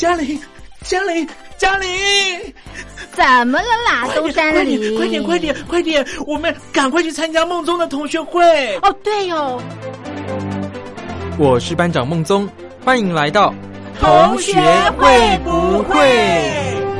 嘉玲， 怎么了啦，东山里？ 快点，我们赶快去参加梦中的同学会。 哦，对哦。 我是班长孟宗，欢迎来到同学会不会。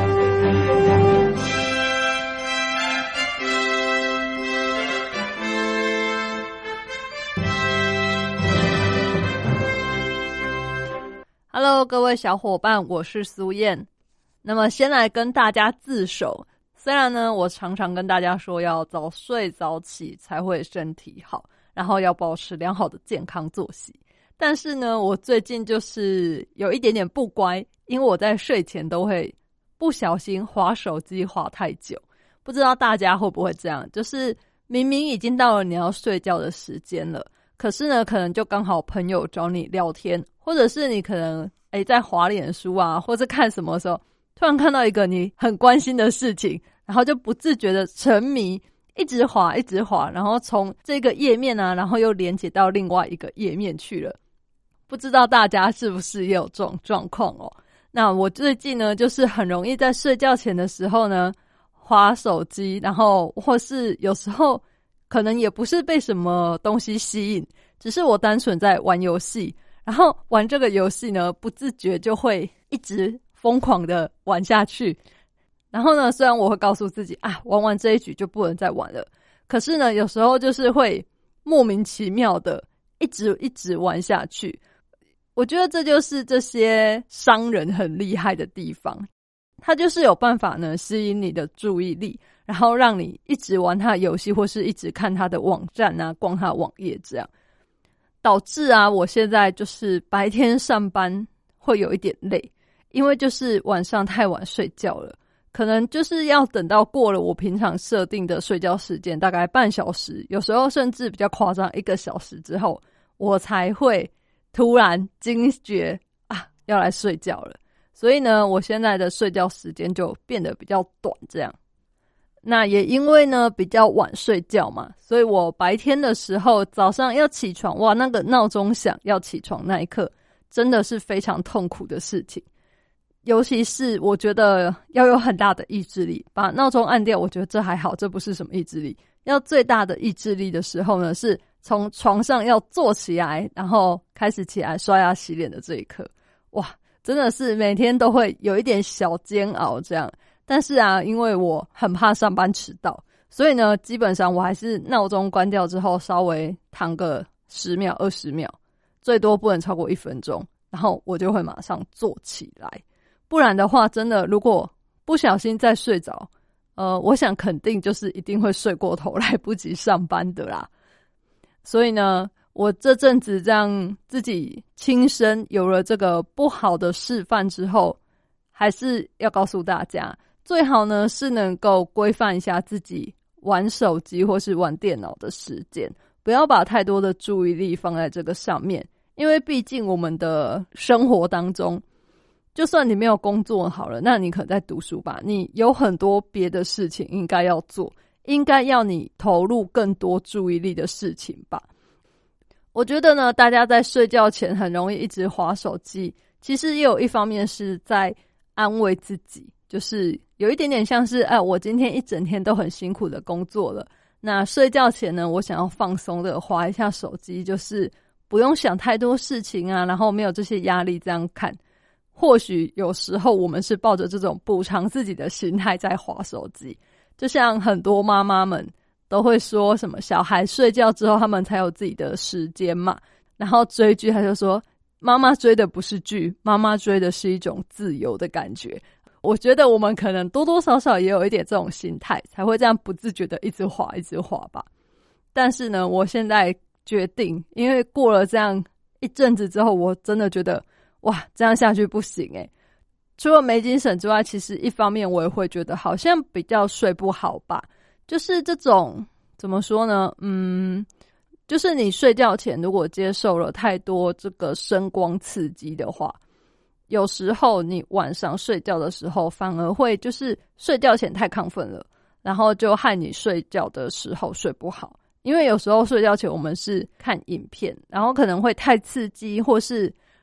Hello， 各位小伙伴，我是苏燕。那么先来跟大家自首，虽然呢，我常常跟大家说要早睡早起才会身体好，然后要保持良好的健康作息，但是呢，我最近就是有一点点不乖，因为我在睡前都会不小心滑手机滑太久。不知道大家会不会这样，就是明明已经到了你要睡觉的时间了，可是呢，可能就刚好朋友找你聊天，或者是你可能在滑脸书啊，或者看什么的时候，突然看到一个你很关心的事情，然后就不自觉的沉迷，一直滑，然后从这个页面啊，然后又连接到另外一个页面去了。不知道大家是不是也有这种状况哦？那我最近呢，就是很容易在睡觉前的时候呢，滑手机，然后或是有时候可能也不是被什么东西吸引，只是我单纯在玩游戏，然后玩这个游戏呢，不自觉就会一直疯狂的玩下去。然后呢，虽然我会告诉自己玩完这一局就不能再玩了，可是呢，有时候就是会莫名其妙的一直玩下去。我觉得这就是这些商人很厉害的地方，他就是有办法呢吸引你的注意力，然后让你一直玩他的游戏，或是一直看他的网站啊，逛他的网页，这样导致我现在就是白天上班会有一点累，因为就是晚上太晚睡觉了，可能就是要等到过了我平常设定的睡觉时间，大概半小时，有时候甚至比较夸张1个小时之后，我才会突然惊觉要来睡觉了。所以呢，我现在的睡觉时间就变得比较短这样。那也因为呢比较晚睡觉嘛，所以我白天的时候早上要起床，那个闹钟响要起床那一刻真的是非常痛苦的事情。尤其是我觉得要有很大的意志力把闹钟按掉，我觉得这还好，这不是什么意志力。要最大的意志力的时候呢，是从床上要坐起来，然后开始起来刷牙洗脸的这一刻。真的是每天都会有一点小煎熬这样。但是因为我很怕上班迟到，所以呢，基本上我还是闹钟关掉之后稍微躺个10秒20秒，最多不能超过1分钟，然后我就会马上坐起来。不然的话，真的如果不小心再睡着，我想肯定就是一定会睡过头，来不及上班的啦。所以呢，我这阵子这样自己亲身有了这个不好的示范之后，还是要告诉大家，最好呢是能够规范一下自己玩手机或是玩电脑的时间，不要把太多的注意力放在这个上面。因为毕竟我们的生活当中，就算你没有工作好了，那你可能在读书吧，你有很多别的事情应该要做，应该要你投入更多注意力的事情吧。我觉得呢，大家在睡觉前很容易一直滑手机，其实也有一方面是在安慰自己，就是有一点点像是我今天一整天都很辛苦的工作了，那睡觉前呢，我想要放松的滑一下手机，就是不用想太多事情然后没有这些压力这样看。或许有时候我们是抱着这种补偿自己的心态在滑手机，就像很多妈妈们都会说什么小孩睡觉之后他们才有自己的时间嘛，然后追剧他就说妈妈追的不是剧，妈妈追的是一种自由的感觉。我觉得我们可能多多少少也有一点这种心态，才会这样不自觉的一直滑吧。但是呢，我现在决定，因为过了这样一阵子之后，我真的觉得这样下去不行除了没精神之外，其实一方面我也会觉得好像比较睡不好吧。就是这种怎么说呢，就是你睡觉前如果接受了太多这个声光刺激的话，有时候你晚上睡觉的时候反而会就是睡觉前太亢奋了，然后就害你睡觉的时候睡不好。因为有时候睡觉前我们是看影片，然后可能会太刺激，或是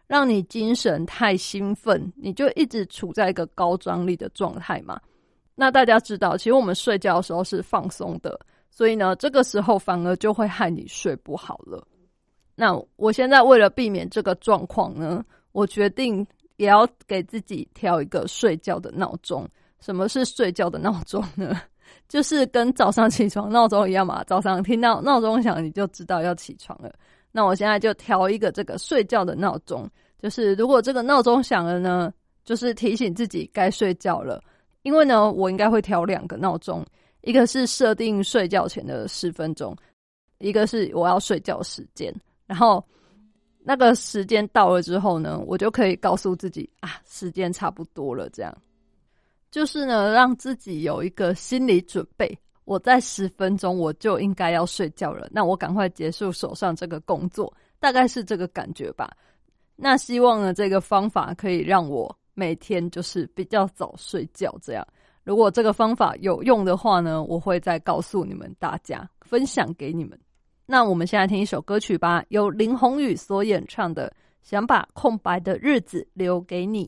让你精神太兴奋，你就一直处在一个高张力的状态嘛。那大家知道，其实我们睡觉的时候是放松的，所以呢，这个时候反而就会害你睡不好了。那我现在为了避免这个状况呢，我决定也要给自己调一个睡觉的闹钟。什么是睡觉的闹钟呢？就是跟早上起床闹钟一样嘛，早上听到闹钟响你就知道要起床了。那我现在就调一个这个睡觉的闹钟，就是如果这个闹钟响了呢，就是提醒自己该睡觉了。因为呢，我应该会调2个闹钟，一个是设定睡觉前的10分钟，一个是我要睡觉时间。然后那个时间到了之后呢，我就可以告诉自己时间差不多了，这样就是呢，让自己有一个心理准备，我在10分钟我就应该要睡觉了，那我赶快结束手上这个工作，大概是这个感觉吧。那希望呢，这个方法可以让我每天就是比较早睡觉这样。如果这个方法有用的话呢，我会再告诉你们大家，分享给你们。那我们现在听一首歌曲吧，由林宏宇所演唱的《想把空白的日子留给你》。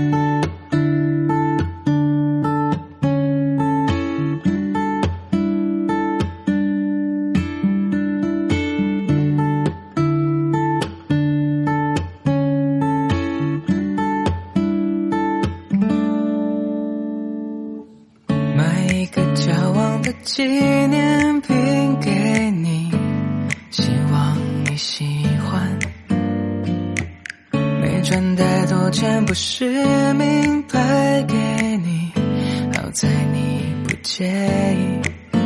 纪念品给你，希望你喜欢。没赚太多钱，不是名牌给你，好在你不介意。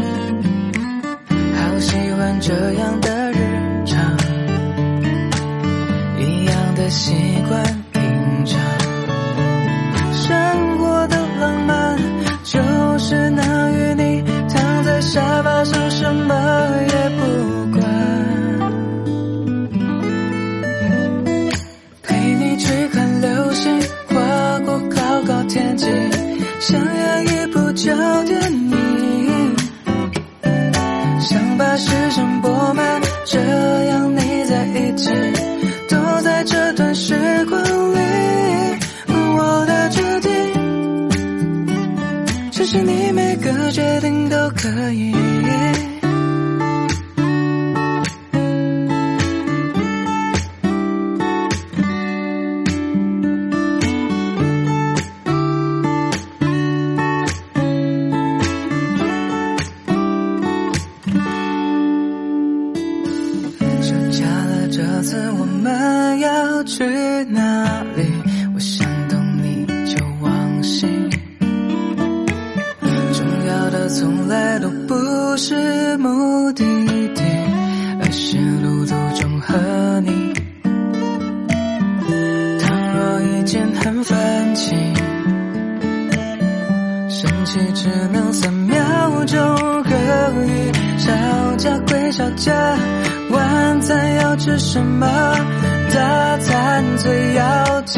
好喜欢这样的日常，一样的习惯品尝。生活的浪漫就是能与你在沙发上什么也不管，陪你去看流星，跨过高高天际，想要一部旧电影，想把时间拨慢，这样你在一起，都在这段时光里。我的决定其实你每个决定都可以，休假了，这次我们要去哪里？我想懂你就往西，从来都不是目的地，而是路途中和你。倘若意见很分歧，生气只能3秒钟而已。吵架归吵架，晚餐要吃什么？大餐最要紧。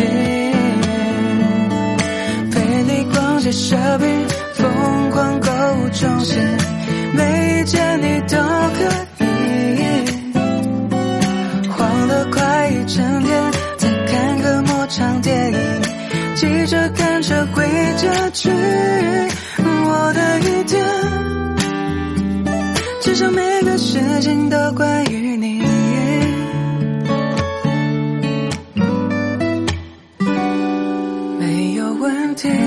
陪你逛街 shopping，疯狂购物中心，每一件你都可以。晃了快1整天，再看个某场电影，骑着赶车回家去。我的一天，至少每个事情都关于你。没有问题，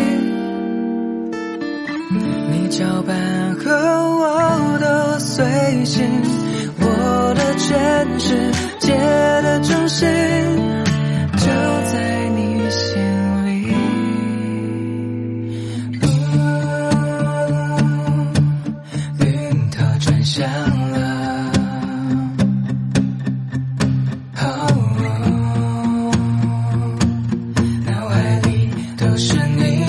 你搅拌和我都随性，我的全世界的中心就在你心里。云头转向了，脑海里都是你。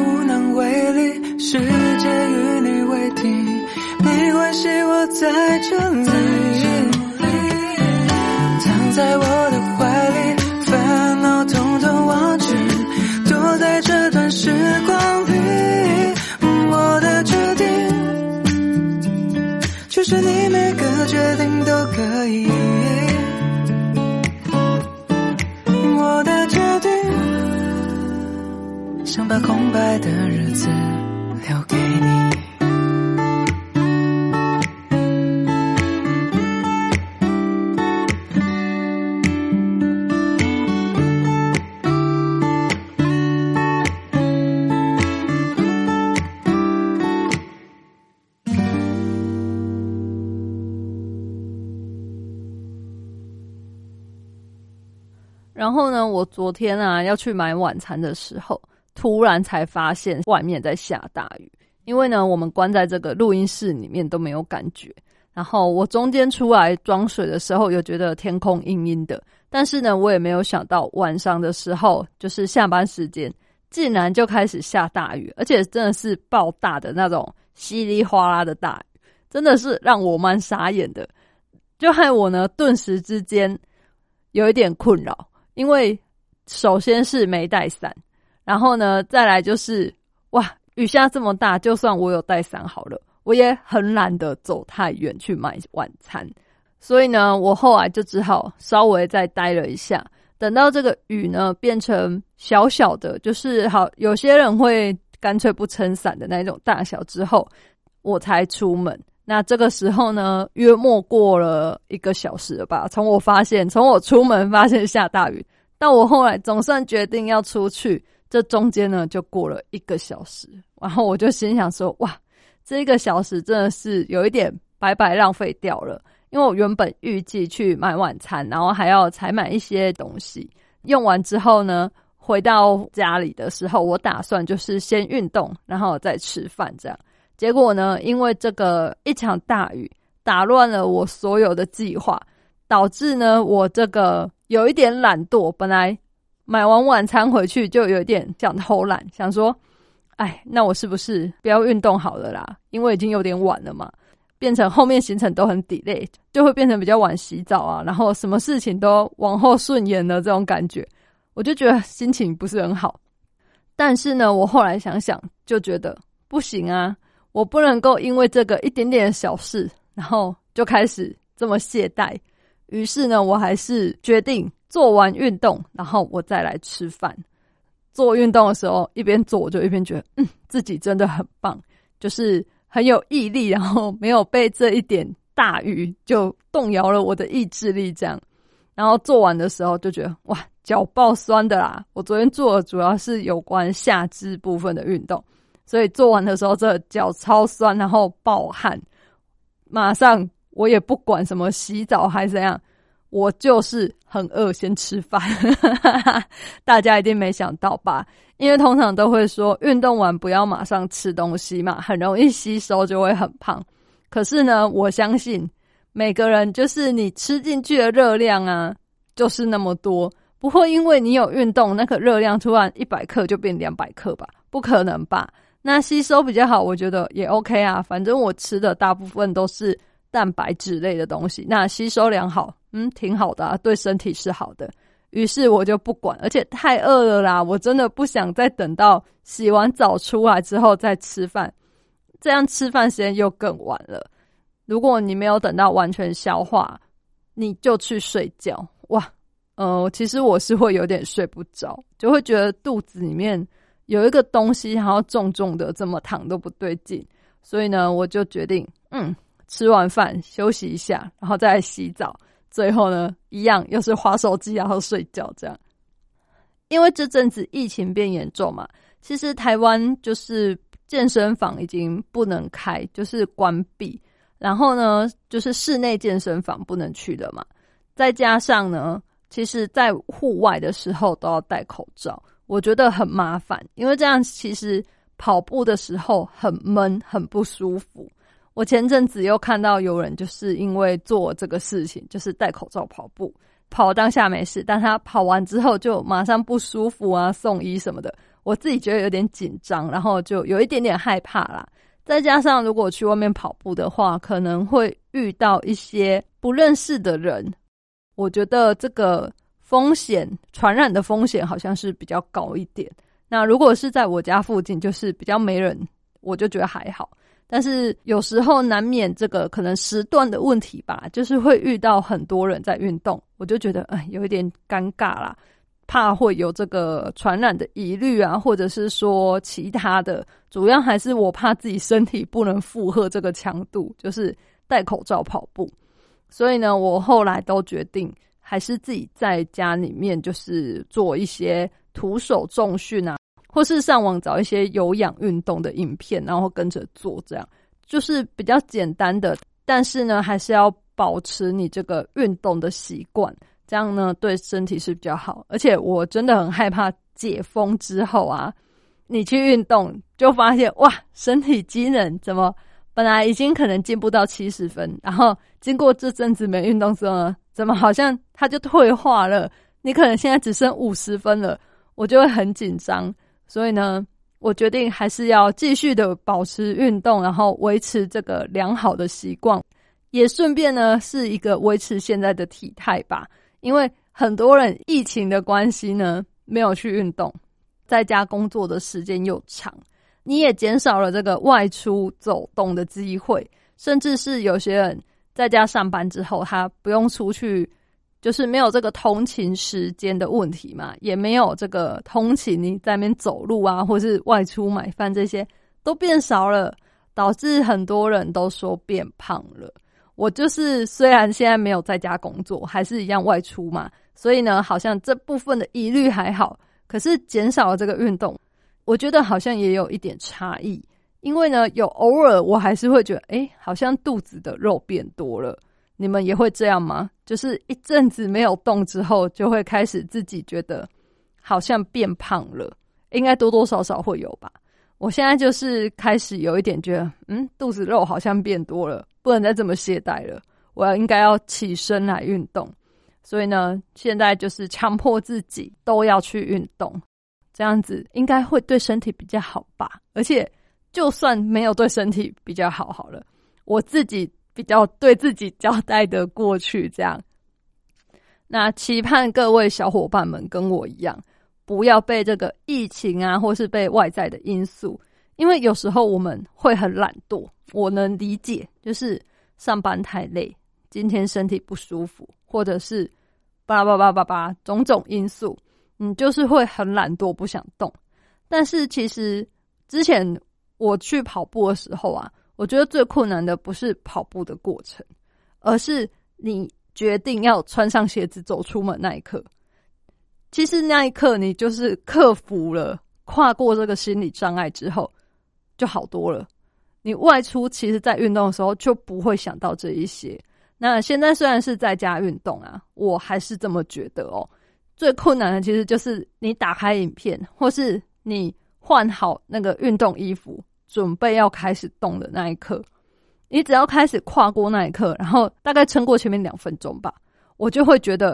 世界与你为敌，没关系，我在这想把空白的日子留给你。 然后呢，我昨天要去买晚餐的时候，突然才发现外面在下大雨。因为呢，我们关在这个录音室里面都没有感觉。然后我中间出来装水的时候，又觉得天空阴阴的。但是呢，我也没有想到晚上的时候，就是下班时间，竟然就开始下大雨，而且真的是爆大的那种稀里哗啦的大雨，真的是让我蛮傻眼的。就害我呢，顿时之间有一点困扰。因为首先是没带伞，然后呢再来就是哇，雨下这么大，就算我有带伞好了，我也很懒得走太远去买晚餐，所以呢我后来就只好稍微再待了一下，等到这个雨呢变成小小的，就是好有些人会干脆不撑伞的那种大小之后，我才出门。那这个时候呢，约莫过了1个小时了吧，从我出门发现下大雨，到我后来总算决定要出去，这中间呢就过了1个小时。然后我就心想说，哇，这1个小时真的是有一点白白浪费掉了。因为我原本预计去买晚餐，然后还要采买一些东西，用完之后呢，回到家里的时候，我打算就是先运动，然后再吃饭这样。结果呢，因为这个一场大雨打乱了我所有的计划，导致呢我这个有一点懒惰，本来买完晚餐回去就有一点想偷懒，想说那我是不是不要运动好了啦，因为已经有点晚了嘛，变成后面行程都很 delay， 就会变成比较晚洗澡啊，然后什么事情都往后顺延的这种感觉，我就觉得心情不是很好。但是呢，我后来想想就觉得不行啊，我不能够因为这个一点点的小事，然后就开始这么懈怠。于是呢，我还是决定做完运动，然后我再来吃饭。做运动的时候，一边做我就一边觉得，自己真的很棒，就是很有毅力，然后没有被这一点大雨就动摇了我的意志力这样。然后做完的时候就觉得，哇，脚爆酸的啦！我昨天做的主要是有关下肢部分的运动。所以做完的时候这脚超酸，然后爆汗，马上我也不管什么洗澡还是怎样，我就是很饿，先吃饭。大家一定没想到吧，因为通常都会说运动完不要马上吃东西嘛，很容易吸收就会很胖。可是呢，我相信每个人就是你吃进去的热量就是那么多，不会因为你有运动那个热量突然100克就变200克吧，不可能吧。那吸收比较好，我觉得也 OK 啊，反正我吃的大部分都是蛋白质类的东西，那吸收良好，挺好的啊，对身体是好的。于是我就不管，而且太饿了啦，我真的不想再等到洗完澡出来之后再吃饭，这样吃饭时间又更晚了。如果你没有等到完全消化，你就去睡觉，哇，其实我是会有点睡不着，就会觉得肚子里面有一个东西然后重重的，怎么躺都不对劲。所以呢，我就决定吃完饭休息一下，然后再来洗澡，最后呢一样又是滑手机然后睡觉这样。因为这阵子疫情变严重嘛，其实台湾就是健身房已经不能开，就是关闭，然后呢就是室内健身房不能去了嘛，再加上呢其实在户外的时候都要戴口罩，我觉得很麻烦，因为这样其实跑步的时候很闷很不舒服。我前阵子又看到有人就是因为做这个事情，就是戴口罩跑步，跑当下没事，但他跑完之后就马上不舒服啊，送医什么的，我自己觉得有点紧张，然后就有一点点害怕啦。再加上如果去外面跑步的话，可能会遇到一些不认识的人，我觉得这个风险传染的风险好像是比较高一点。那如果是在我家附近就是比较没人，我就觉得还好，但是有时候难免这个可能时段的问题吧，就是会遇到很多人在运动，我就觉得有一点尴尬啦， 怕会有这个传染的疑虑啊，或者是说其他的，主要还是我怕自己身体不能负荷这个强度，就是戴口罩跑步。所以呢，我后来都决定还是自己在家里面就是做一些徒手重训啊，或是上网找一些有氧运动的影片，然后跟着做，这样就是比较简单的，但是呢还是要保持你这个运动的习惯，这样呢对身体是比较好。而且我真的很害怕解封之后啊，你去运动就发现哇，身体机能怎么本来已经可能进步到70分，然后经过这阵子没运动之后呢，怎么好像它就退化了，你可能现在只剩50分了，我就会很紧张。所以呢，我决定还是要继续的保持运动，然后维持这个良好的习惯，也顺便呢是一个维持现在的体态吧。因为很多人疫情的关系呢没有去运动，在家工作的时间又长，你也减少了这个外出走动的机会，甚至是有些人在家上班之后，他不用出去，就是没有这个通勤时间的问题嘛，也没有这个通勤你在那边走路啊，或是外出买饭，这些都变少了，导致很多人都说变胖了。我就是虽然现在没有在家工作，还是一样外出嘛，所以呢好像这部分的疑虑还好，可是减少了这个运动，我觉得好像也有一点差异。因为呢有偶尔我还是会觉得好像肚子的肉变多了。你们也会这样吗？就是一阵子没有动之后，就会开始自己觉得好像变胖了，应该多多少少会有吧。我现在就是开始有一点觉得肚子肉好像变多了，不能再这么懈怠了，我应该要起身来运动。所以呢现在就是强迫自己都要去运动，这样子应该会对身体比较好吧。而且就算没有对身体比较好了，我自己比较对自己交代的过去这样。那期盼各位小伙伴们跟我一样，不要被这个疫情啊或是被外在的因素，因为有时候我们会很懒惰，我能理解，就是上班太累，今天身体不舒服，或者是巴拉巴拉巴拉种种因素，你就是会很懒惰不想动。但是其实之前我去跑步的时候啊，我觉得最困难的不是跑步的过程，而是你决定要穿上鞋子走出门那一刻。其实那一刻你就是克服了，跨过这个心理障碍之后就好多了。你外出其实在运动的时候就不会想到这一些。那现在虽然是在家运动啊，我还是这么觉得哦。最困难的其实就是你打开影片，或是你换好那个运动衣服，准备要开始动的那一刻，你只要开始跨过那一刻，然后大概撑过前面2分钟吧，我就会觉得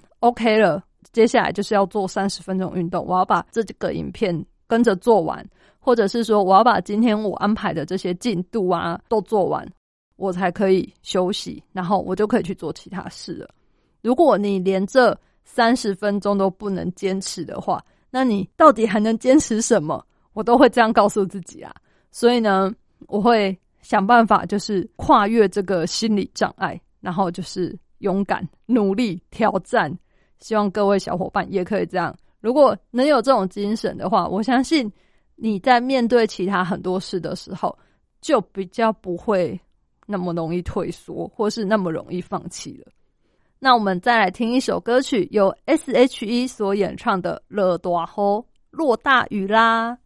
OK 了，接下来就是要做30分钟运动，我要把这个影片跟着做完，或者是说我要把今天我安排的这些进度啊都做完，我才可以休息，然后我就可以去做其他事了。如果你连这30分钟都不能坚持的话，那你到底还能坚持什么？我都会这样告诉自己啊。所以呢，我会想办法就是跨越这个心理障碍，然后就是勇敢努力挑战。希望各位小伙伴也可以这样，如果能有这种精神的话，我相信你在面对其他很多事的时候就比较不会那么容易退缩，或是那么容易放弃了。那我们再来听一首歌曲，由 S.H.E 所演唱的《落大雨》，落大雨啦。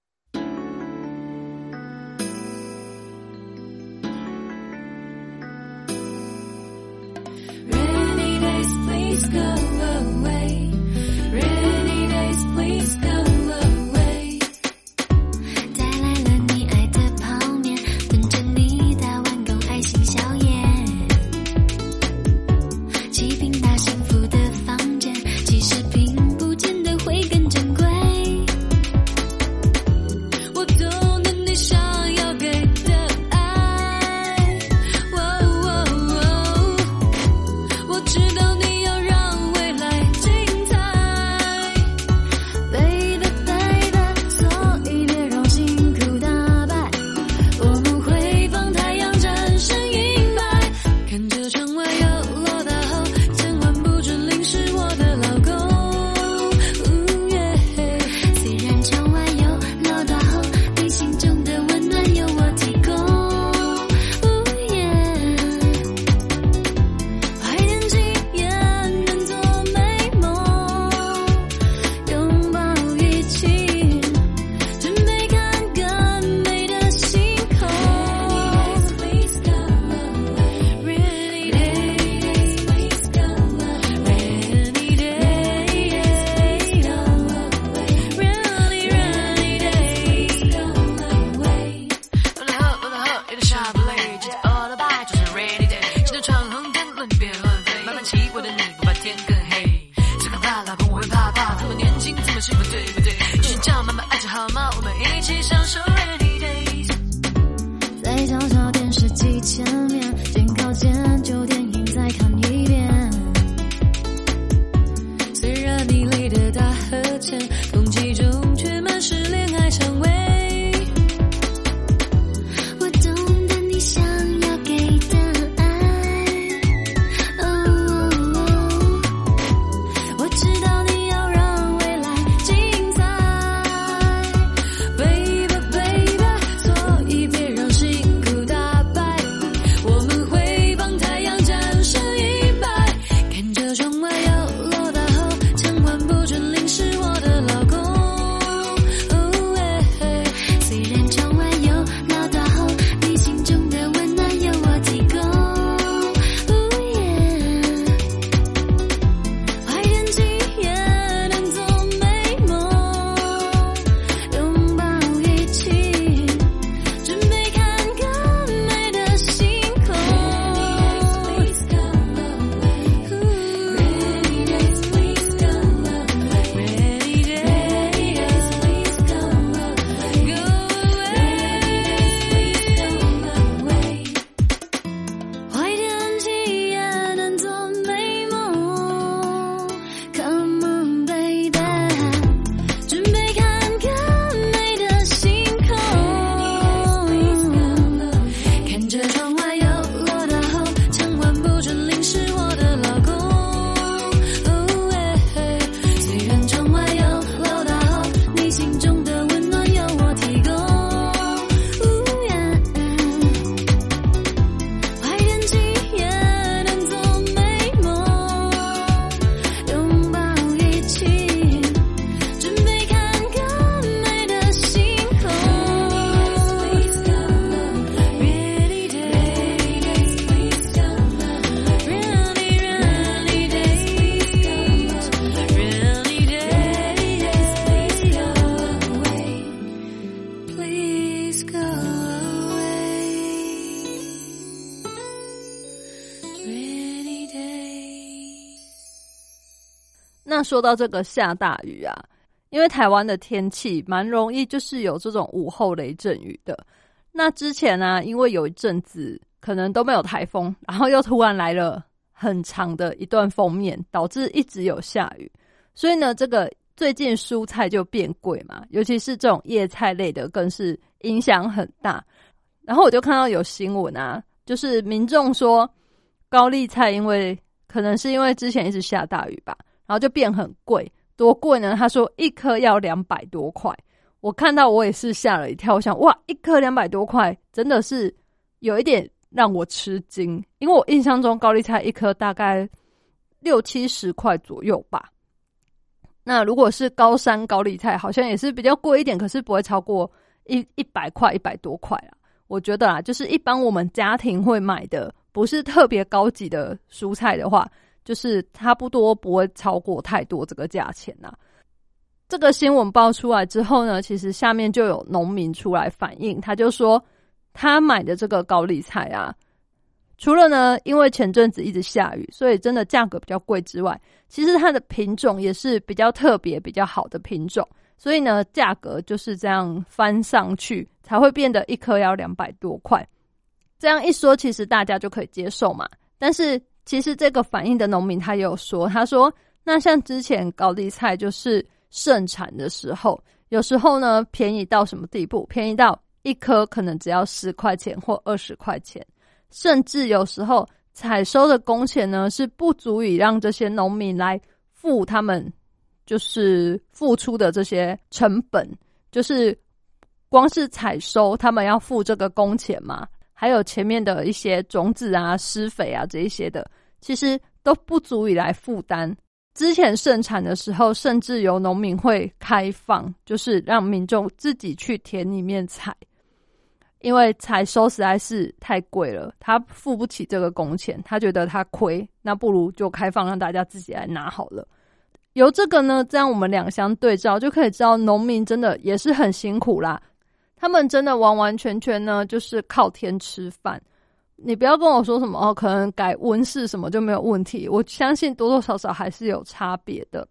Rainy days, please go away. Rainy days, please go away. 带来了你爱的泡面，等着你打完工爱心宵夜。7平大幸福的房间，其实并不见得会更珍贵。我懂得你想要给的爱，我知道你要让位大风我会怕怕，这么年轻这么兴奋，对不对？一起叫慢慢爱着好吗？我们一起享受 rainy days。 在小小电视机前面，紧靠键旧电影再看一遍。虽然你离的大和浅，空气中却满是恋爱香味。我懂得你想要给的爱，我知道你要让未来精彩 ，baby baby， 所以别让辛苦打败，我们会帮太阳战胜一败。看着窗外有落大后，千万不准淋湿我的老公。虽然窗外有落大后，你心中的温暖由我提供。坏天气也能做美梦，拥抱一起，准备看更美的星空。Please come away, rainy days, please come away, rainy days, please come away, go away, please come away。坏天气也能做美梦 ，Come on baby， 准备看更美的星空。看着窗外有落大后，千万不准淋湿我的老公。虽然窗外有落大后，你心中的温暖由我提供。坏天气也能做美梦，拥抱一起，准备看更美的星空。Please come away, rainy days, please come away, rainy days, rainy days, please go away, rainy days。 那说到这个下大雨啊，因为台湾的天气蛮容易就是有这种午后雷阵雨的。那之前呢，因为有一阵子可能都没有台风，然后又突然来了很长的一段锋面，导致一直有下雨，所以呢，这个最近蔬菜就变贵嘛，尤其是这种叶菜类的更是影响很大。然后我就看到有新闻啊，就是民众说高丽菜可能是因为之前一直下大雨吧，然后就变很贵。多贵呢？他说一颗要200多块。我看到我也是吓了一跳，我想哇，一颗200多块，真的是有一点让我吃惊，因为我印象中高丽菜一颗大概60-70块左右吧。那如果是高山高丽菜，好像也是比较贵一点，可是不会超过100块100多块啦。我觉得啦，就是一般我们家庭会买的，不是特别高级的蔬菜的话，就是差不多不会超过太多这个价钱啦。这个新闻爆出来之后呢，其实下面就有农民出来反映，他就说他买的这个高丽菜啊，除了呢因为前阵子一直下雨，所以真的价格比较贵之外，其实它的品种也是比较特别比较好的品种，所以呢价格就是这样翻上去，才会变得一颗要200多块。这样一说其实大家就可以接受嘛。但是其实这个反映的农民他也有说，他说那像之前高丽菜就是盛产的时候，有时候呢便宜到什么地步，便宜到一颗可能只要10块钱或20块钱，甚至有时候采收的工钱呢是不足以让这些农民来付他们就是付出的这些成本，就是光是采收他们要付这个工钱嘛，还有前面的一些种子啊施肥啊这一些的，其实都不足以来负担。之前盛产的时候，甚至有农民会开放，就是让民众自己去田里面采，因为采收实在是太贵了，他付不起这个工钱，他觉得他亏，那不如就开放让大家自己来拿好了。由这个呢，这样我们两相对照，就可以知道农民真的也是很辛苦啦，他们真的完完全全呢就是靠天吃饭。你不要跟我说什么可能改温室什么就没有问题，我相信多多少少还是有差别的吧。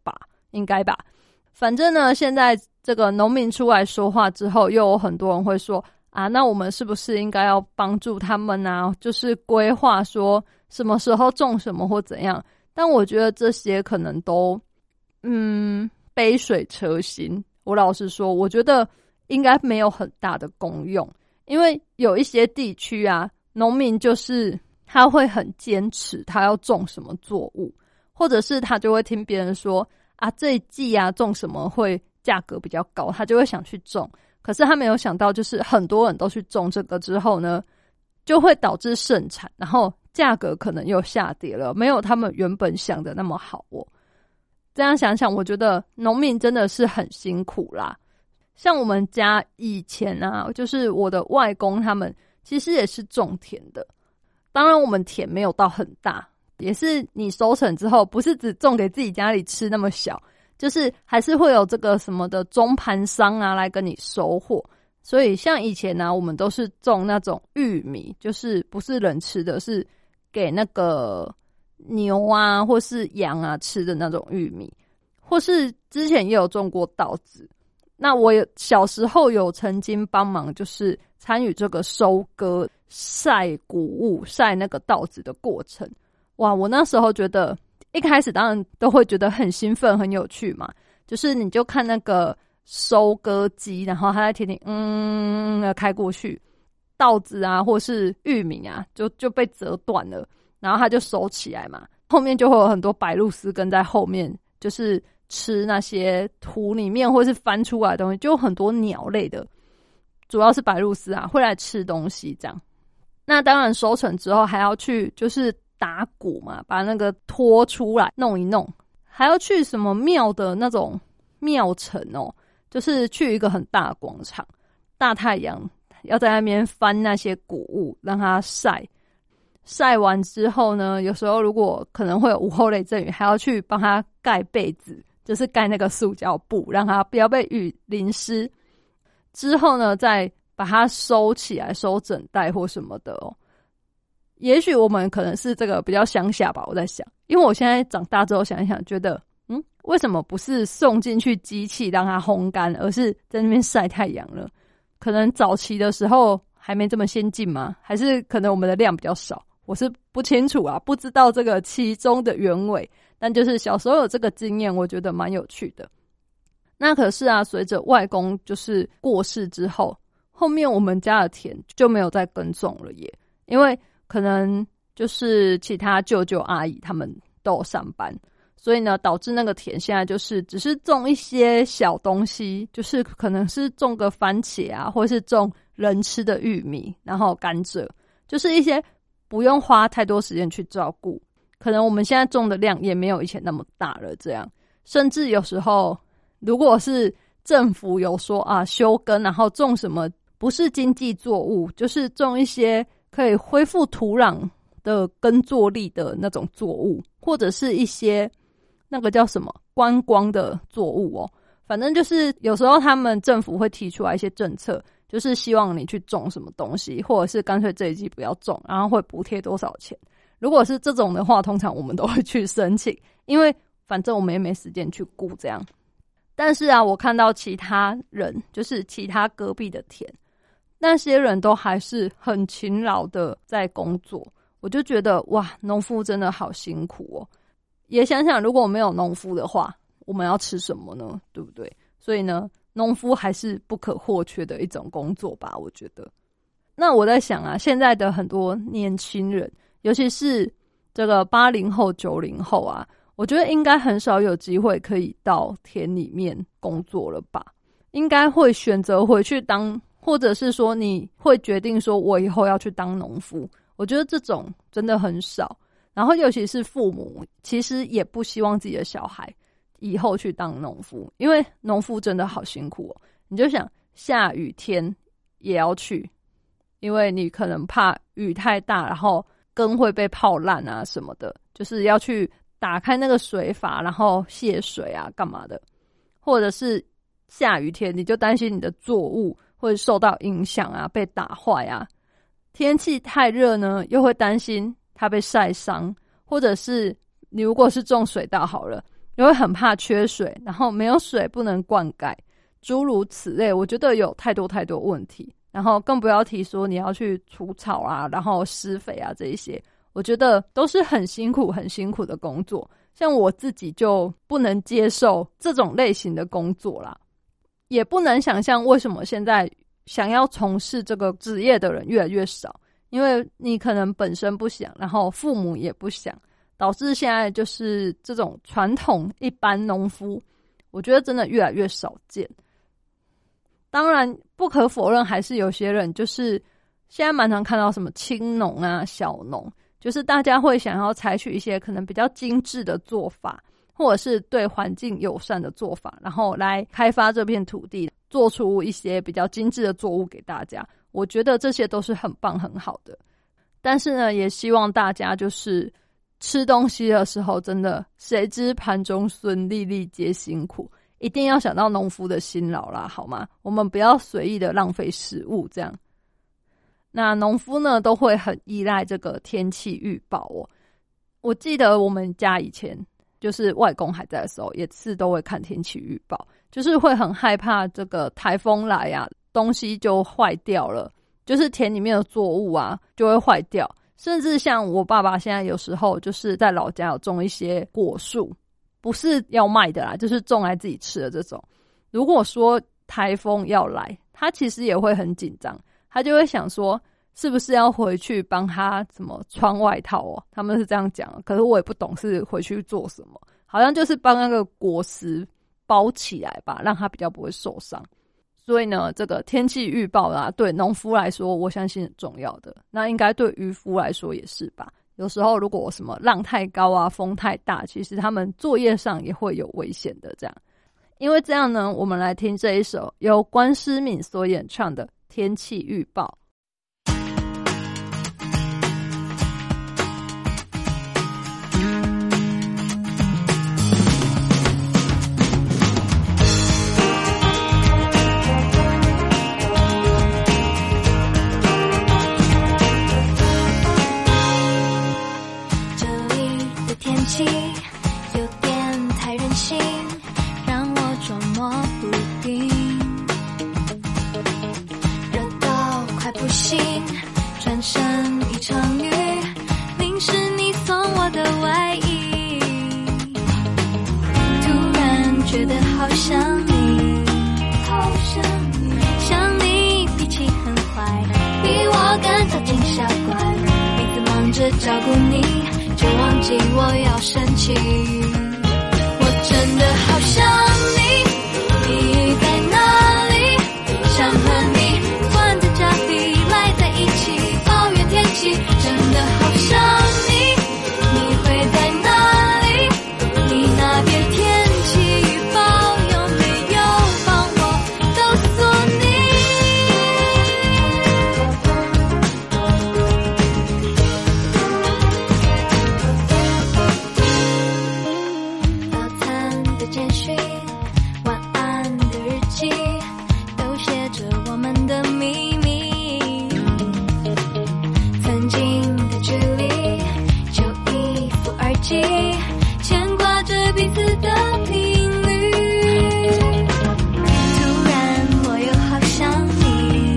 应该吧。反正呢，现在这个农民出来说话之后，又有很多人会说啊，那我们是不是应该要帮助他们啊？就是规划说什么时候种什么或怎样。但我觉得这些可能都杯水车薪。我老实说，我觉得应该没有很大的功用，因为有一些地区啊，农民就是他会很坚持他要种什么作物，或者是他就会听别人说啊，这一季啊种什么会价格比较高，他就会想去种。可是他没有想到，就是很多人都去种这个之后呢，就会导致盛产，然后价格可能又下跌了，没有他们原本想的那么好哦。这样想想，我觉得农民真的是很辛苦啦。像我们家以前啊，就是我的外公他们其实也是种田的，当然我们田没有到很大，也是你收成之后不是只种给自己家里吃那么小，就是还是会有这个什么的中盘商啊来跟你收货。所以像以前啊，我们都是种那种玉米，就是不是人吃的，是给那个牛啊或是羊啊吃的那种玉米，或是之前也有种过稻子。那我小时候有曾经帮忙，就是参与这个收割、晒谷物、晒那个稻子的过程。哇，我那时候觉得一开始当然都会觉得很兴奋、很有趣嘛，就是你就看那个收割机，然后它在田里开过去，稻子啊或是玉米啊就被折断了，然后它就收起来嘛，后面就会有很多白鹭鸶跟在后面，就是吃那些土里面或是翻出来的东西，就有很多鸟类的，主要是白鹭鸶啊会来吃东西这样。那当然收成之后还要去就是打谷嘛，把那个拖出来弄一弄，还要去什么庙的那种庙城哦，就是去一个很大的广场，大太阳要在那边翻那些谷物让它晒，晒完之后呢，有时候如果可能会有午后雷阵雨，还要去帮它盖被子，就是盖那个塑胶布让它不要被雨淋湿，之后呢再把它收起来，收整袋或什么的哦。也许我们可能是这个比较乡下吧，我在想，因为我现在长大之后想一想，觉得为什么不是送进去机器让它烘干，而是在那边晒太阳了？可能早期的时候还没这么先进吗？还是可能我们的量比较少？我是不清楚啊，不知道这个其中的原委。但就是小时候有这个经验，我觉得蛮有趣的。那可是啊，随着外公就是过世之后，后面我们家的田就没有再耕种了耶，因为可能就是其他舅舅阿姨他们都有上班，所以呢导致那个田现在就是只是种一些小东西，就是可能是种个番茄啊，或是种人吃的玉米，然后甘蔗，就是一些不用花太多时间去照顾，可能我们现在种的量也没有以前那么大了这样。甚至有时候如果是政府有说啊休耕，然后种什么不是经济作物，就是种一些可以恢复土壤的耕作力的那种作物，或者是一些那个叫什么观光的作物哦。反正就是有时候他们政府会提出来一些政策，就是希望你去种什么东西，或者是干脆这一季不要种，然后会补贴多少钱。如果是这种的话，通常我们都会去申请，因为反正我们也没时间去顾这样。但是啊，我看到其他人，就是其他隔壁的田，那些人都还是很勤劳的在工作，我就觉得哇，农夫真的好辛苦哦。也想想如果没有农夫的话，我们要吃什么呢？对不对？所以呢，农夫还是不可或缺的一种工作吧，我觉得。那我在想啊，现在的很多年轻人，尤其是这个80后、90后啊，我觉得应该很少有机会可以到田里面工作了吧？应该会选择回去当，或者是说你会决定说我以后要去当农夫。我觉得这种真的很少。然后尤其是父母，其实也不希望自己的小孩以后去当农夫，因为农夫真的好辛苦哦。你就想下雨天也要去，因为你可能怕雨太大，然后根会被泡烂啊什么的，就是要去打开那个水阀，然后泄水啊干嘛的。或者是下雨天你就担心你的作物会受到影响啊，被打坏啊。天气太热呢，又会担心它被晒伤，或者是你如果是种水稻好了， 就会很怕缺水，然后没有水不能灌溉，诸如此类，我觉得有太多太多问题。然后更不要提说你要去除草啊，然后施肥啊，这一些我觉得都是很辛苦很辛苦的工作。像我自己就不能接受这种类型的工作啦，也不能想象为什么现在想要从事这个职业的人越来越少，因为你可能本身不想，然后父母也不想，导致现在就是这种传统一般农夫，我觉得真的越来越少见。当然不可否认还是有些人就是现在蛮常看到什么青农啊小农，就是大家会想要采取一些可能比较精致的做法，或者是对环境友善的做法，然后来开发这片土地，做出一些比较精致的作物给大家，我觉得这些都是很棒很好的。但是呢也希望大家就是吃东西的时候真的谁知盘中飧，粒粒皆辛苦，一定要想到农夫的辛劳啦，好吗？我们不要随意的浪费食物这样。那农夫呢都会很依赖这个天气预报哦。我记得我们家以前就是外公还在的时候也是都会看天气预报，就是会很害怕这个台风来啊，东西就坏掉了，就是田里面的作物啊就会坏掉。甚至像我爸爸现在有时候就是在老家有种一些果树，不是要卖的啦，就是种来自己吃的这种。如果说台风要来，他其实也会很紧张，他就会想说是不是要回去帮他什么穿外套哦，他们是这样讲，可是我也不懂是回去做什么，好像就是帮那个果实包起来吧，让他比较不会受伤。所以呢这个天气预报啊对农夫来说我相信很重要的，那应该对渔夫来说也是吧。有时候如果什么浪太高啊风太大，其实他们作业上也会有危险的这样。因为这样呢我们来听这一首由关诗敏所演唱的天气预报。 有点太任性，让我捉摸不定，热到快不行，转身一场雨，淋湿你送我的外衣，突然觉得好想你，想你脾气很坏，比我更早进小怪，每次忙着照顾你就忘记我要生气，我真的好想你，你在哪里？想和你关在家里赖在一起抱怨天气，真的好想你，你会在哪里？你那边天气预报有没有帮我告诉你？牵挂着彼此的频率，突然我又好想你，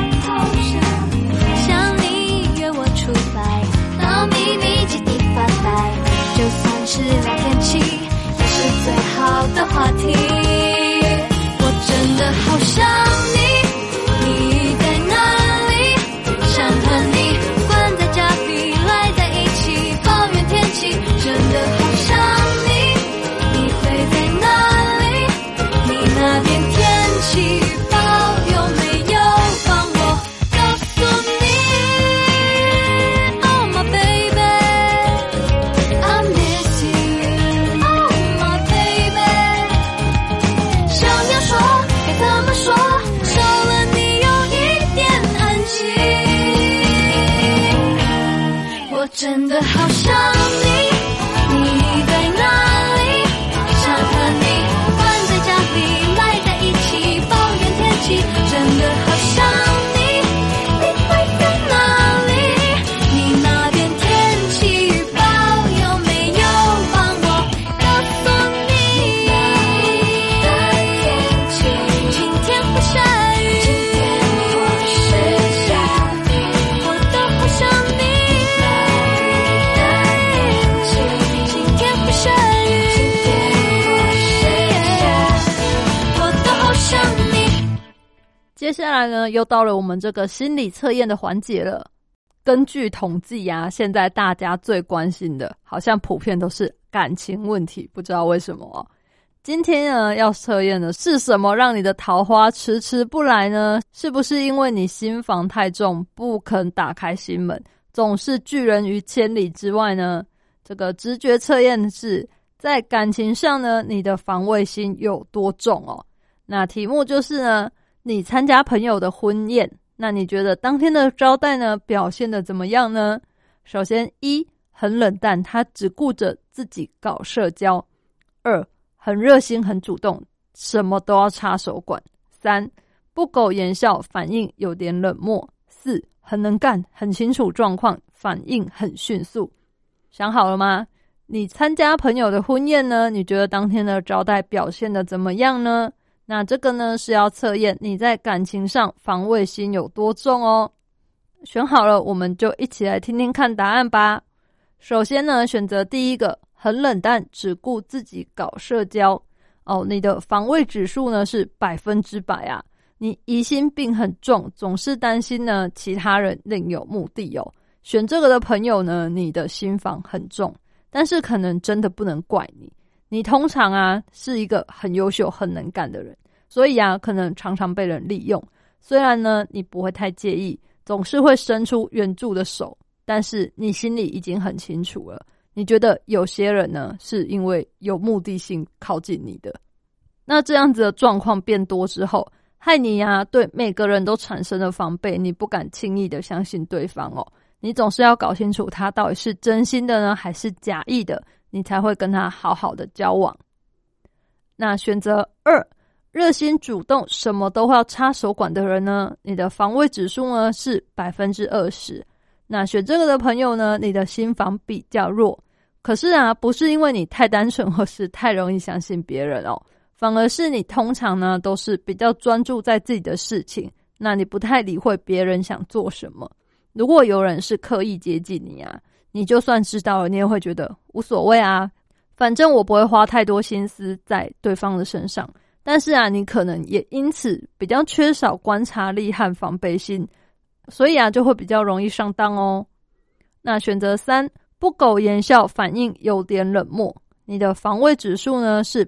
想你约我出来，到秘密基地发呆，就算是聊天气也是最好的话题，我真的好想你，你在哪里？想和你关在家里赖在一起抱怨天气，真的好想你，你会在哪里？你那边天气预报有没有帮我告诉你 Oh my baby I miss you Oh my baby 想要说该怎么说，少了你有一点安静，我真的好想你，你在哪里？想和你关在家里赖在一起抱怨天气，真的好想你，你会在哪里？你那边天气预报有没有帮我告诉你？ 接下来呢，又到了我们这个心理测验的环节了。根据统计啊，现在大家最关心的好像普遍都是感情问题，不知道为什么哦。今天呢，要测验的是什么让你的桃花迟迟不来呢？是不是因为你心防太重，不肯打开心门，总是拒人于千里之外呢？这个直觉测验是在感情上呢，你的防卫心有多重哦？那题目就是呢，你参加朋友的婚宴，那你觉得当天的招待呢表现得怎么样呢？首先1，很冷淡，他只顾着自己搞社交。2，很热心很主动，什么都要插手管。3，不苟言笑，反应有点冷漠。4，很能干，很清楚状况，反应很迅速。想好了吗？你参加朋友的婚宴呢，你觉得当天的招待表现得怎么样呢？那这个呢是要测验你在感情上防卫心有多重哦。选好了，我们就一起来听听看答案吧。首先呢，选择第一个，很冷淡，只顾自己搞社交。你的防卫指数呢是100%啊。你疑心病很重，总是担心呢其他人另有目的哦。选这个的朋友呢，你的心防很重，但是可能真的不能怪你。你通常啊是一个很优秀很能干的人，所以啊可能常常被人利用。虽然呢你不会太介意，总是会伸出援助的手，但是你心里已经很清楚了，你觉得有些人呢是因为有目的性靠近你的。那这样子的状况变多之后，害你啊对每个人都产生了防备，你不敢轻易的相信对方哦。你总是要搞清楚他到底是真心的呢还是假意的，你才会跟他好好的交往。那选择2，热心主动，什么都要插手管的人呢，你的防卫指数呢是 20%。 那选这个的朋友呢，你的心防比较弱。可是啊，不是因为你太单纯或是太容易相信别人哦，反而是你通常呢都是比较专注在自己的事情，那你不太理会别人想做什么。如果有人是刻意接近你啊，你就算知道了，你也会觉得无所谓啊，反正我不会花太多心思在对方的身上。但是啊，你可能也因此比较缺少观察力和防备心，所以啊就会比较容易上当哦。那选择3，不苟言笑，反应有点冷漠。你的防卫指数呢是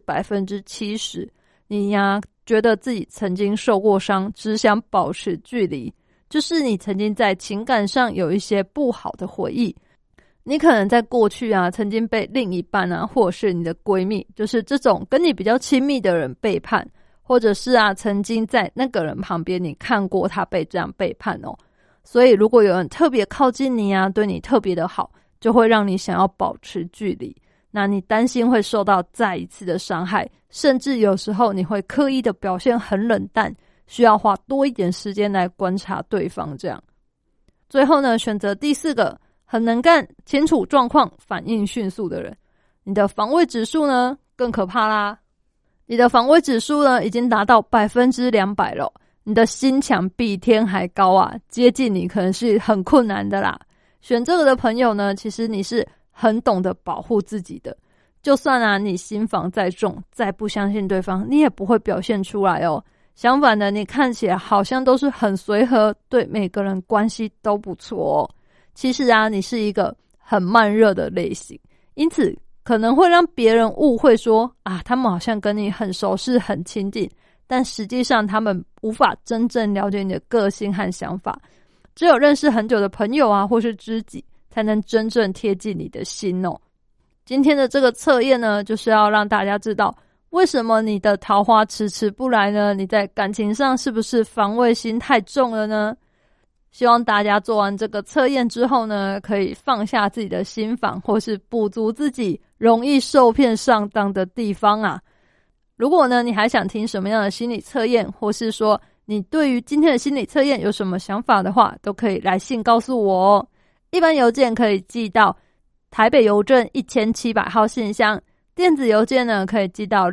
70%。 你呀觉得自己曾经受过伤，只想保持距离，就是你曾经在情感上有一些不好的回忆。你可能在过去啊曾经被另一半啊或者是你的闺蜜，就是这种跟你比较亲密的人背叛，或者是啊曾经在那个人旁边你看过他被这样背叛哦。所以如果有人特别靠近你啊，对你特别的好，就会让你想要保持距离。那你担心会受到再一次的伤害，甚至有时候你会刻意的表现很冷淡，需要花多一点时间来观察对方这样。最后呢，选择第4个，很能干，清楚状况，反应迅速的人。你的防卫指数呢更可怕啦，你的防卫指数呢已经达到 200% 了，你的心墙比天还高啊，接近你可能是很困难的啦。选这个的朋友呢，其实你是很懂得保护自己的，就算啊你心防再重，再不相信对方，你也不会表现出来哦。相反的，你看起来好像都是很随和，对每个人关系都不错哦。其实啊，你是一个很慢热的类型，因此可能会让别人误会说啊，他们好像跟你很熟识很亲近，但实际上他们无法真正了解你的个性和想法。只有认识很久的朋友啊或是知己，才能真正贴近你的心哦。今天的这个测验呢，就是要让大家知道为什么你的桃花迟迟不来呢？你在感情上是不是防卫心太重了呢？希望大家做完这个测验之后呢，可以放下自己的心防，或是补足自己容易受骗上当的地方啊。如果呢，你还想听什么样的心理测验，或是说你对于今天的心理测验有什么想法的话，都可以来信告诉我哦。一般邮件可以寄到台北邮政1700号信箱，电子邮件呢可以寄到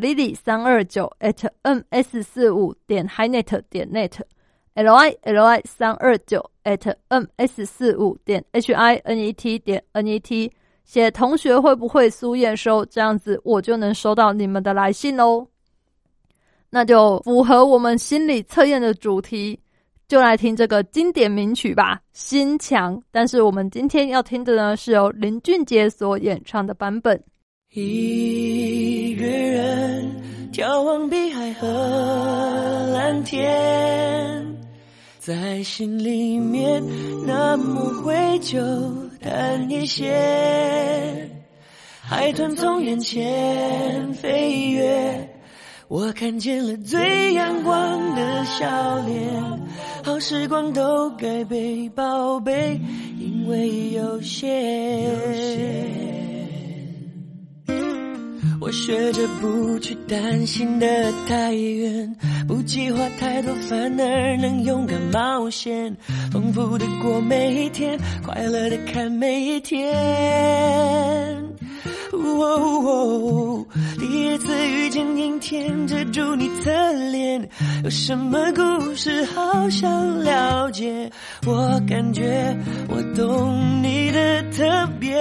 lily329@ms45.hinet.net lily329@ms45.hinet.net 写同学会不会苏验收，这样子我就能收到你们的来信咯。 那就符合我们心理测验的主题，就来听这个经典名曲吧，心墙。但是我们今天要听的呢，是由林俊杰所演唱的版本。 一个人眺望碧海和蓝天，在心里面那么灰就淡一些，海豚从眼前飞跃，我看见了最阳光的笑脸，好时光都该被宝贝，因为有限。我学着不去担心的太远，不计划太多，反而能勇敢冒险，丰富的过每一天，快乐的看每一天。第一次遇见阴天，遮住你侧脸，有什么故事好想了解，我感觉我懂你的特别。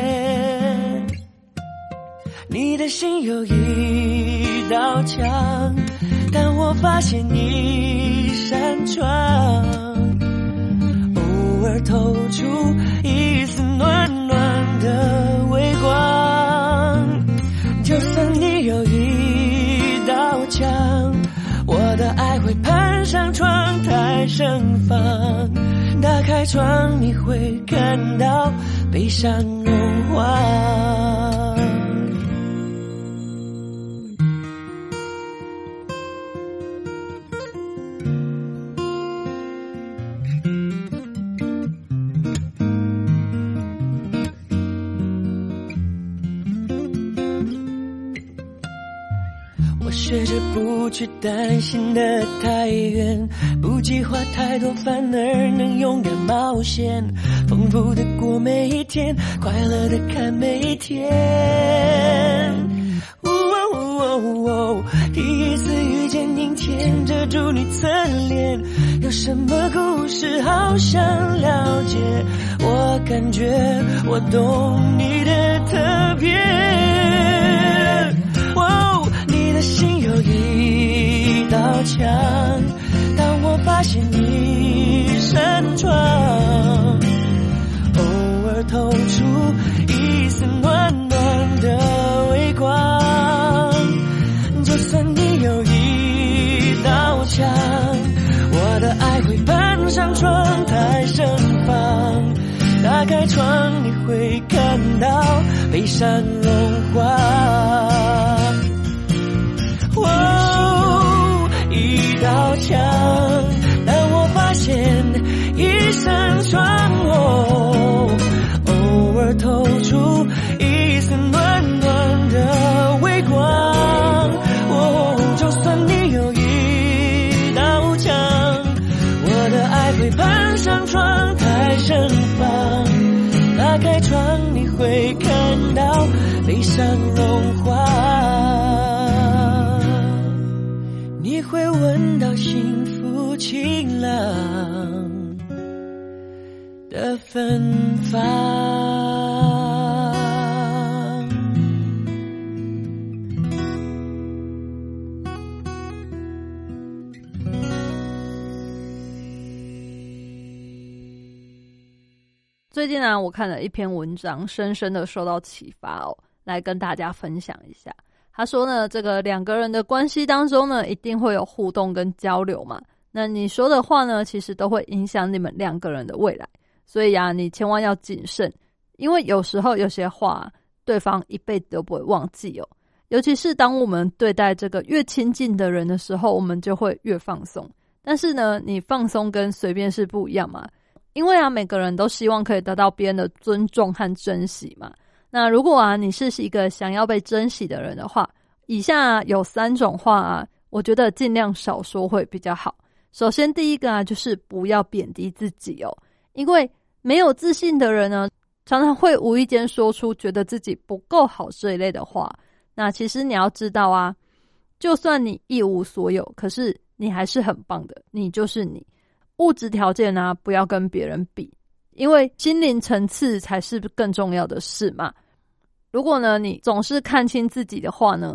你的心有一道墙，但我发现一扇窗，偶尔透出一丝暖暖的微光。就算你有一道墙，我的爱会攀上窗台盛放，打开窗你会看到悲伤融化。学着不去担心的太远，不计划太多，反而能勇敢冒险，丰富的过每一天，快乐的看每一天。第一次遇见阴天，遮住你侧脸，有什么故事好想了解，我感觉我懂你的特别。你的心有一道墙，当我发现一扇窗，偶尔透出一丝暖暖的微光。就算你有一道墙，我的爱会攀上窗台盛放，打开窗你会看到悲伤融化。一道墙，但我发现一扇窗，偶尔透出一丝暖暖的微光。就算你有一道墙，我的爱会攀上窗台盛放，打开窗你会看到悲伤融化。你会闻到幸福晴朗的芬芳。 最近啊，我看了一篇文章，深深的受到启发哦，来跟大家分享一下。他说呢，这个两个人的关系当中呢，一定会有互动跟交流嘛。那你说的话呢，其实都会影响你们两个人的未来。所以啊，你千万要谨慎，因为有时候有些话，对方一辈子都不会忘记哦。尤其是当我们对待这个越亲近的人的时候，我们就会越放松。但是呢，你放松跟随便是不一样嘛。因为啊，每个人都希望可以得到别人的尊重和珍惜嘛。那如果啊，你是一个想要被珍惜的人的话，以下有3种话啊，我觉得尽量少说会比较好。首先第一个啊，就是不要贬低自己哦。因为没有自信的人呢，常常会无意间说出觉得自己不够好这一类的话。那其实你要知道啊，就算你一无所有，可是你还是很棒的，你就是你。物质条件啊，不要跟别人比，因为心灵层次才是更重要的事嘛。如果呢，你总是看清自己的话呢，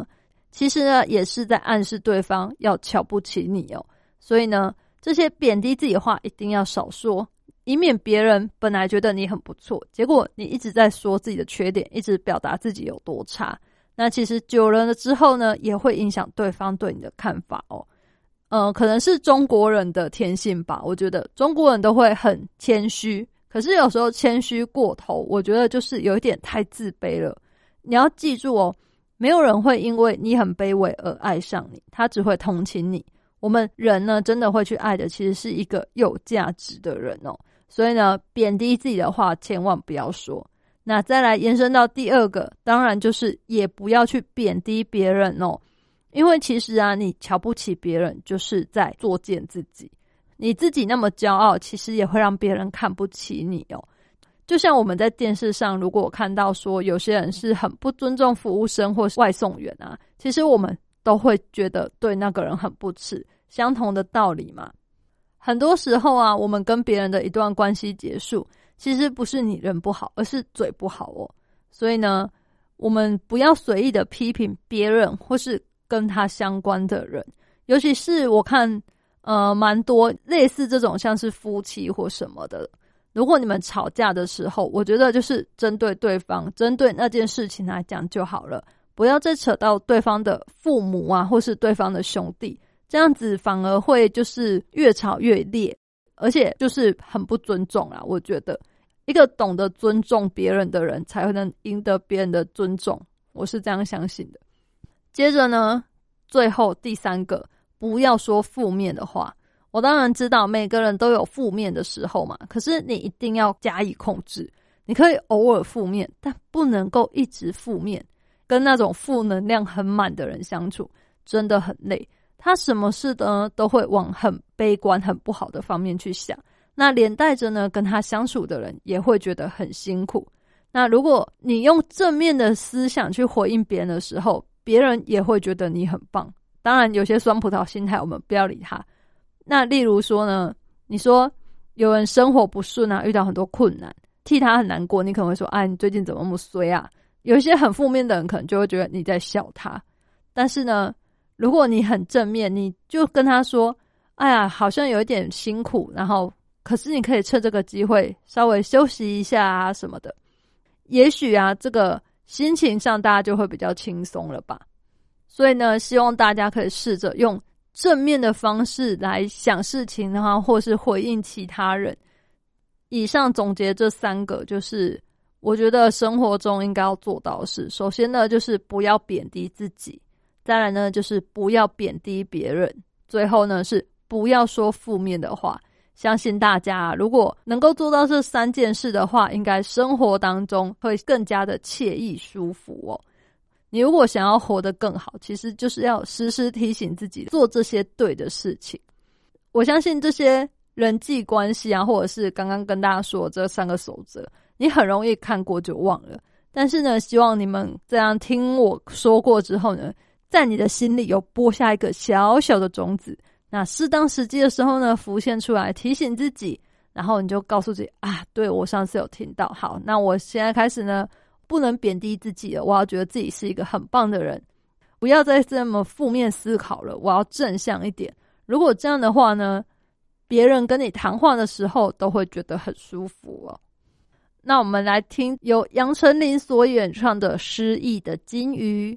其实呢也是在暗示对方要瞧不起你哦。所以呢，这些贬低自己的话一定要少说，以免别人本来觉得你很不错，结果你一直在说自己的缺点，一直表达自己有多差。那其实久了之后呢，也会影响对方对你的看法哦。可能是中国人的天性吧，我觉得中国人都会很谦虚，可是有时候谦虚过头，我觉得就是有一点太自卑了。你要记住哦，没有人会因为你很卑微而爱上你，他只会同情你。我们人呢，真的会去爱的其实是一个有价值的人哦。所以呢，贬低自己的话千万不要说。那再来延伸到第二个，当然就是也不要去贬低别人哦。因为其实啊，你瞧不起别人就是在作践自己，你自己那么骄傲，其实也会让别人看不起你哦。就像我们在电视上，如果我看到说有些人是很不尊重服务生或是外送员啊，其实我们都会觉得对那个人很不耻，相同的道理嘛。很多时候啊，我们跟别人的一段关系结束，其实不是你人不好，而是嘴不好哦。所以呢，我们不要随意的批评别人或是跟他相关的人，尤其是我看蛮多类似这种像是夫妻或什么的，如果你们吵架的时候，我觉得就是针对对方，针对那件事情来讲就好了，不要再扯到对方的父母啊或是对方的兄弟，这样子反而会就是越吵越烈，而且就是很不尊重啦。我觉得一个懂得尊重别人的人才能赢得别人的尊重，我是这样相信的。接着呢，最后第三个，不要说负面的话。我当然知道每个人都有负面的时候嘛，可是你一定要加以控制。你可以偶尔负面，但不能够一直负面。跟那种负能量很满的人相处真的很累，他什么事呢都会往很悲观很不好的方面去想，那连带着呢跟他相处的人也会觉得很辛苦。那如果你用正面的思想去回应别人的时候，别人也会觉得你很棒。当然有些酸葡萄心态我们不要理他。那例如说呢，你说有人生活不顺啊，遇到很多困难，替他很难过，你可能会说你最近怎么那么衰啊。有一些很负面的人可能就会觉得你在笑他。但是呢，如果你很正面，你就跟他说哎呀好像有一点辛苦，然后可是你可以趁这个机会稍微休息一下啊什么的，也许啊这个心情上大家就会比较轻松了吧。所以呢，希望大家可以试着用正面的方式来想事情，然后或是回应其他人。以上总结这三个，就是我觉得生活中应该要做到的事。首先呢，就是不要贬低自己；再来呢，就是不要贬低别人；最后呢，是不要说负面的话。相信大家如果能够做到这三件事的话，应该生活当中会更加的惬意舒服哦。你如果想要活得更好，其实就是要时时提醒自己做这些对的事情。我相信这些人际关系啊，或者是刚刚跟大家说这三个守则，你很容易看过就忘了。但是呢，希望你们这样听我说过之后呢，在你的心里有播下一个小小的种子，那适当时机的时候呢，浮现出来提醒自己，然后你就告诉自己对，我上次有听到，好，那我现在开始呢不能贬低自己了，我要觉得自己是一个很棒的人，不要再这么负面思考了，我要正向一点。如果这样的话呢，别人跟你谈话的时候都会觉得很舒服哦。那我们来听由杨丞琳所演唱的《失忆的金鱼》。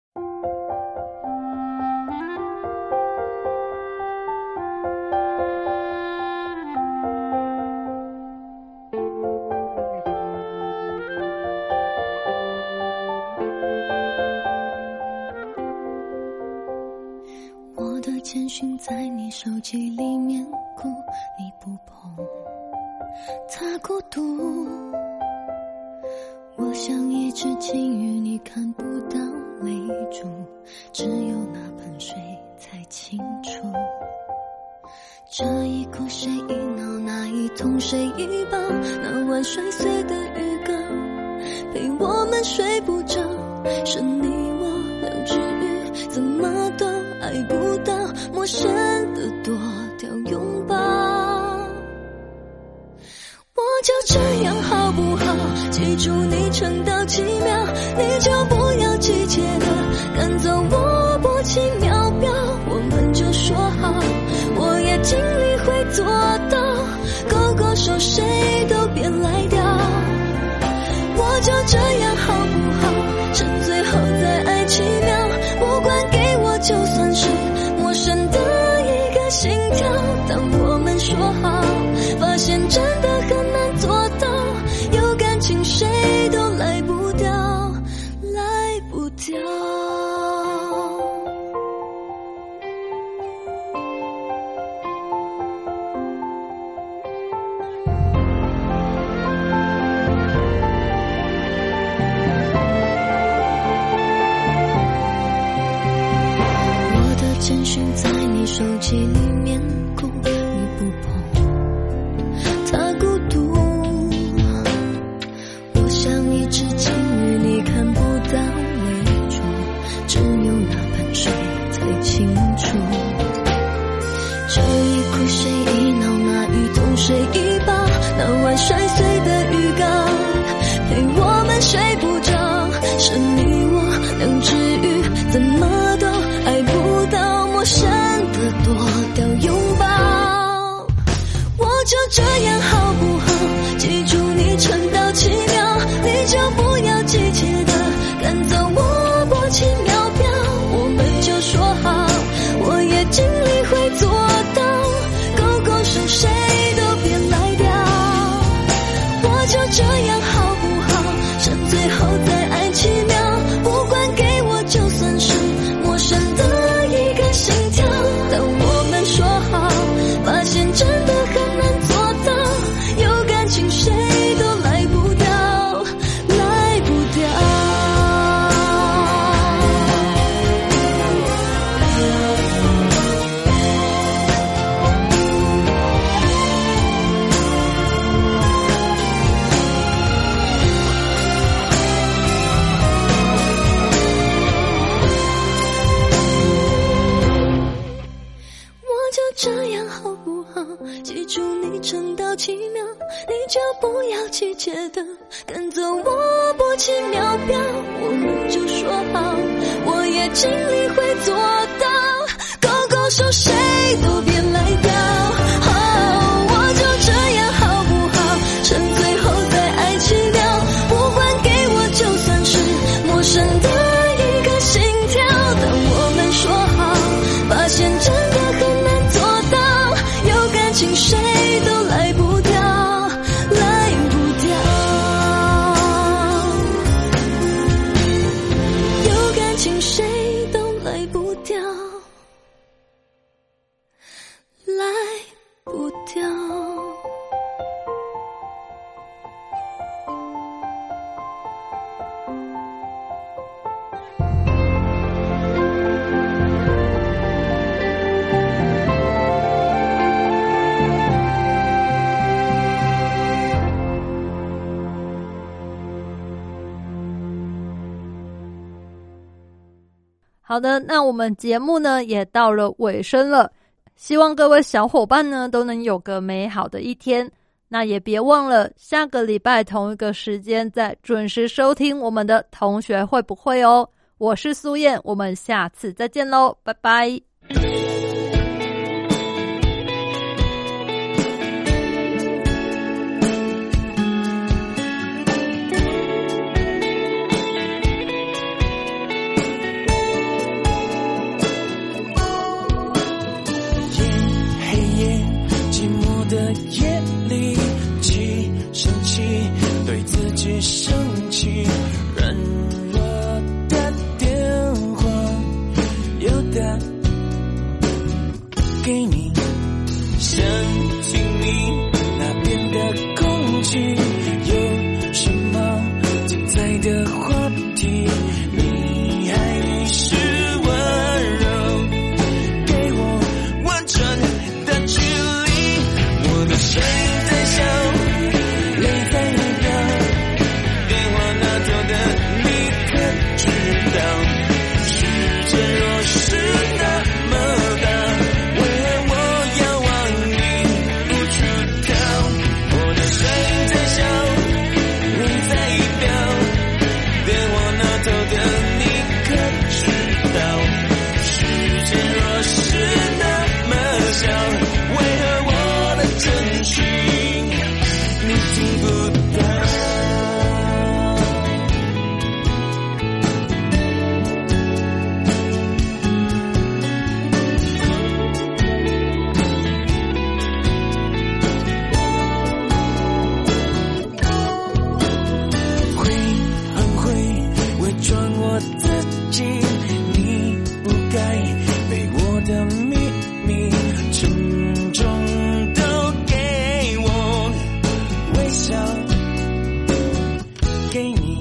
简讯在你手机里面哭，你不碰，它孤独。我像一只金鱼，你看不到泪珠，只有那盆水才清楚。这一哭谁一闹，那一痛谁一抱，那晚摔碎的鱼缸陪我们睡不着，是你我两只鱼，怎么都爱不到陌生的多条拥抱。我就这样好不好？记住你撑到几秒，你就不要急切的赶走我。 期秒表，我们就说好，我也尽力会做到，勾勾手谁都别来掉，我就这样好不好？趁最后再爱奇妙，不管给我就算是陌生的一个心跳，当我们说好，发现真的很难做到，有感情谁都来不掉，来不掉。简讯在你手机里面顾你不碰，他孤独，我像一只金鱼，你看不到尾啄，只有那盆水才清楚，这一哭谁一闹，那一痛谁一抱，那晚摔碎的浴缸陪我们睡不着，是你我两只鱼怎么都爱不到，陌生的躲掉拥抱，我就这样好不好？记住你撑到7秒，你就不要急切的赶走我过期秒表，我们就说好，我也尽力会做到，勾勾手谁都别来掉，我就这样好不好？趁最后再爱奇妙，不管给我就算是陌生的一个心跳，当我们说好，发现真的很难做到，有感情谁都来不掉，来不掉。这样好不好？记住你撑到7秒，你就不要急切的赶走我过期秒表，我们就说好，我也尽力会做到，勾勾手谁都别来掉，我就这样好不好？趁最后再爱奇妙，不管给我就算是陌生的一个心跳，当我们说好，发现真的很难做到，有感情谁都来不掉，来不掉，有感情谁都来不掉，来不掉。 好的，那我们节目呢也到了尾声了，希望各位小伙伴呢都能有个美好的一天，那也别忘了下个礼拜同一个时间再准时收听我们的同学会不会哦。我是苏燕，我们下次再见咯，拜拜。 的夜里起生气，对自己生气，软弱的电话又打给你，想听你那边的空气，有什么精彩的话题，你还是温柔给我完全的距离，我的声音在笑，泪在流，电话那头的你可知道，世界若是那么大，为何我要忘你？ 的秘密，沉重都给我微笑，给你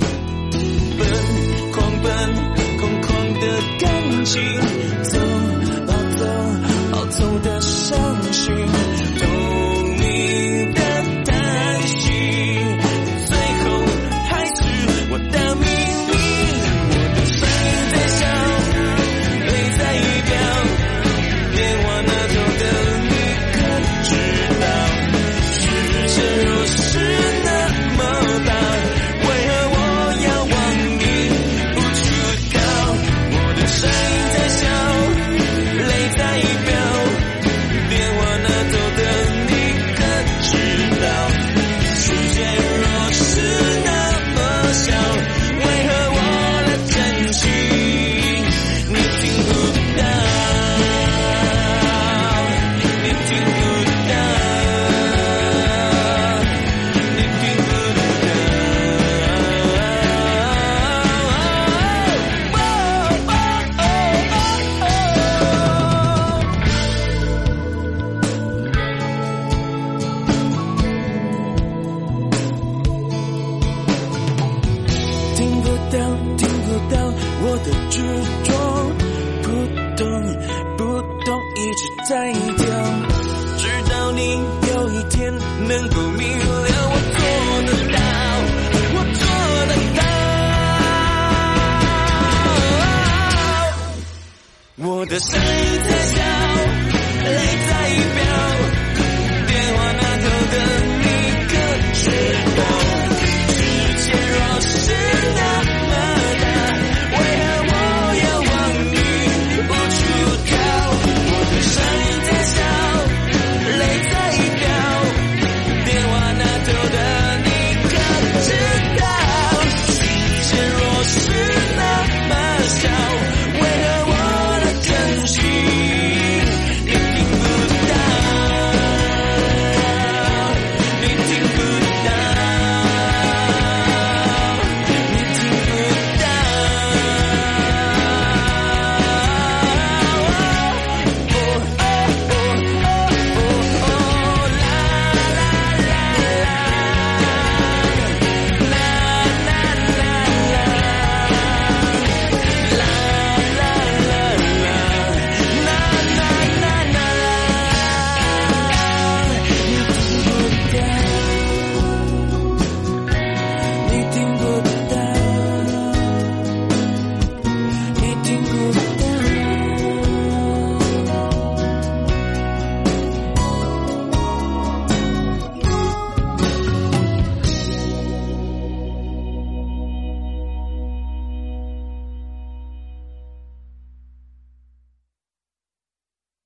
狂的感情，走跑走的伤心，透明的叹息，最后还是我的秘密。我的声音在笑，泪在飙，电话那头的你可知道，世界若是那么大，为何我要往你不知道？我的声音在笑，泪在飙，电话那头的你可知道，世界若是那么小，为何我的真心你听不到？你听不到？你听不听不到我的执着，不懂一直在跳，直到你有一天能够明了，我做得到，我做得到。我的声音在笑，泪在飙，